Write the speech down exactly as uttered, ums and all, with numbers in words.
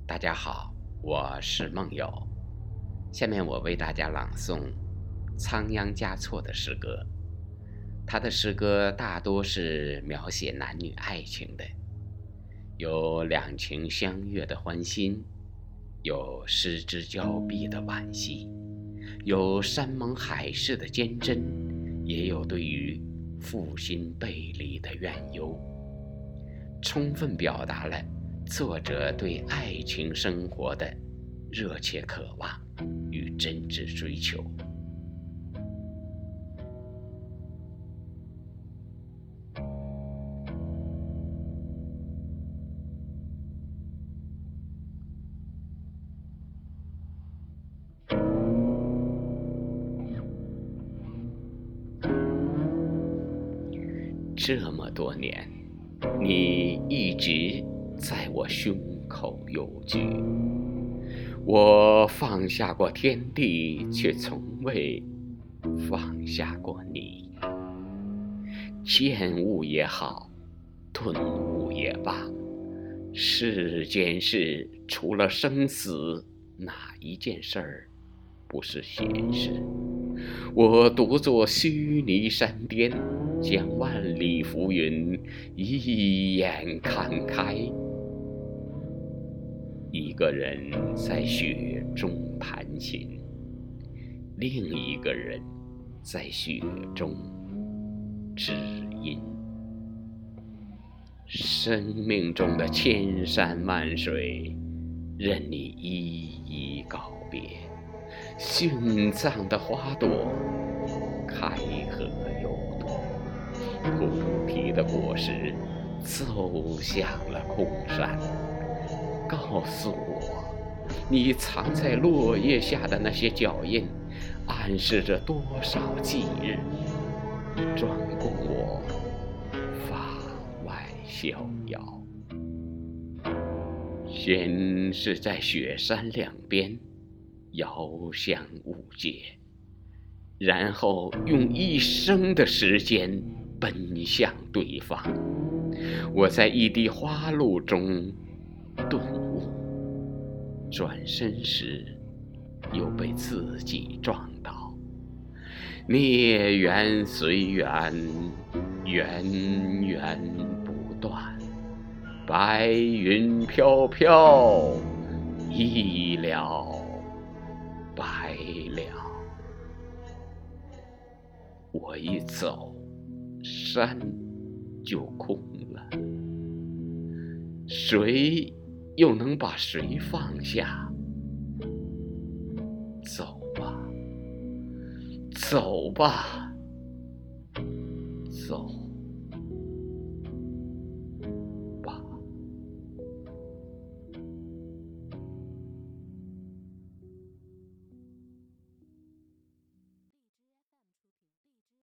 大家好，我是梦友。下面我为大家朗诵仓央嘉措的诗歌。他的诗歌大多是描写男女爱情的，有两情相悦的欢欣，有失之交臂的惋惜，有山盟海誓的坚贞，也有对于负心背离的怨忧，充分表达了作者对爱情生活的热切渴望与真挚追求。这么多年，你一直在我胸口幽居，我放下过天地，却从未放下过你。见物也好，顿悟也罢，世间事除了生死，哪一件事儿不是闲事？我独坐须弥山巅，将万里浮云一眼看开。一个人在雪中弹琴，另一个人在雪中知音。生命中的千山万水，任你一一告别。殉葬的花朵，开合又落，菩提的果实走向了空山。告诉我，你藏在落叶下的那些脚印，暗示着多少忌日，专供我法外逍遥。先是在雪山两边遥相误解，然后用一生的时间奔向对方。我在一滴花露中顿悟，转身时又被自己撞倒。孽缘随缘，源源不断，白云飘飘，一了百了。我一走，山就空了，谁又能把谁放下？走吧，走吧，走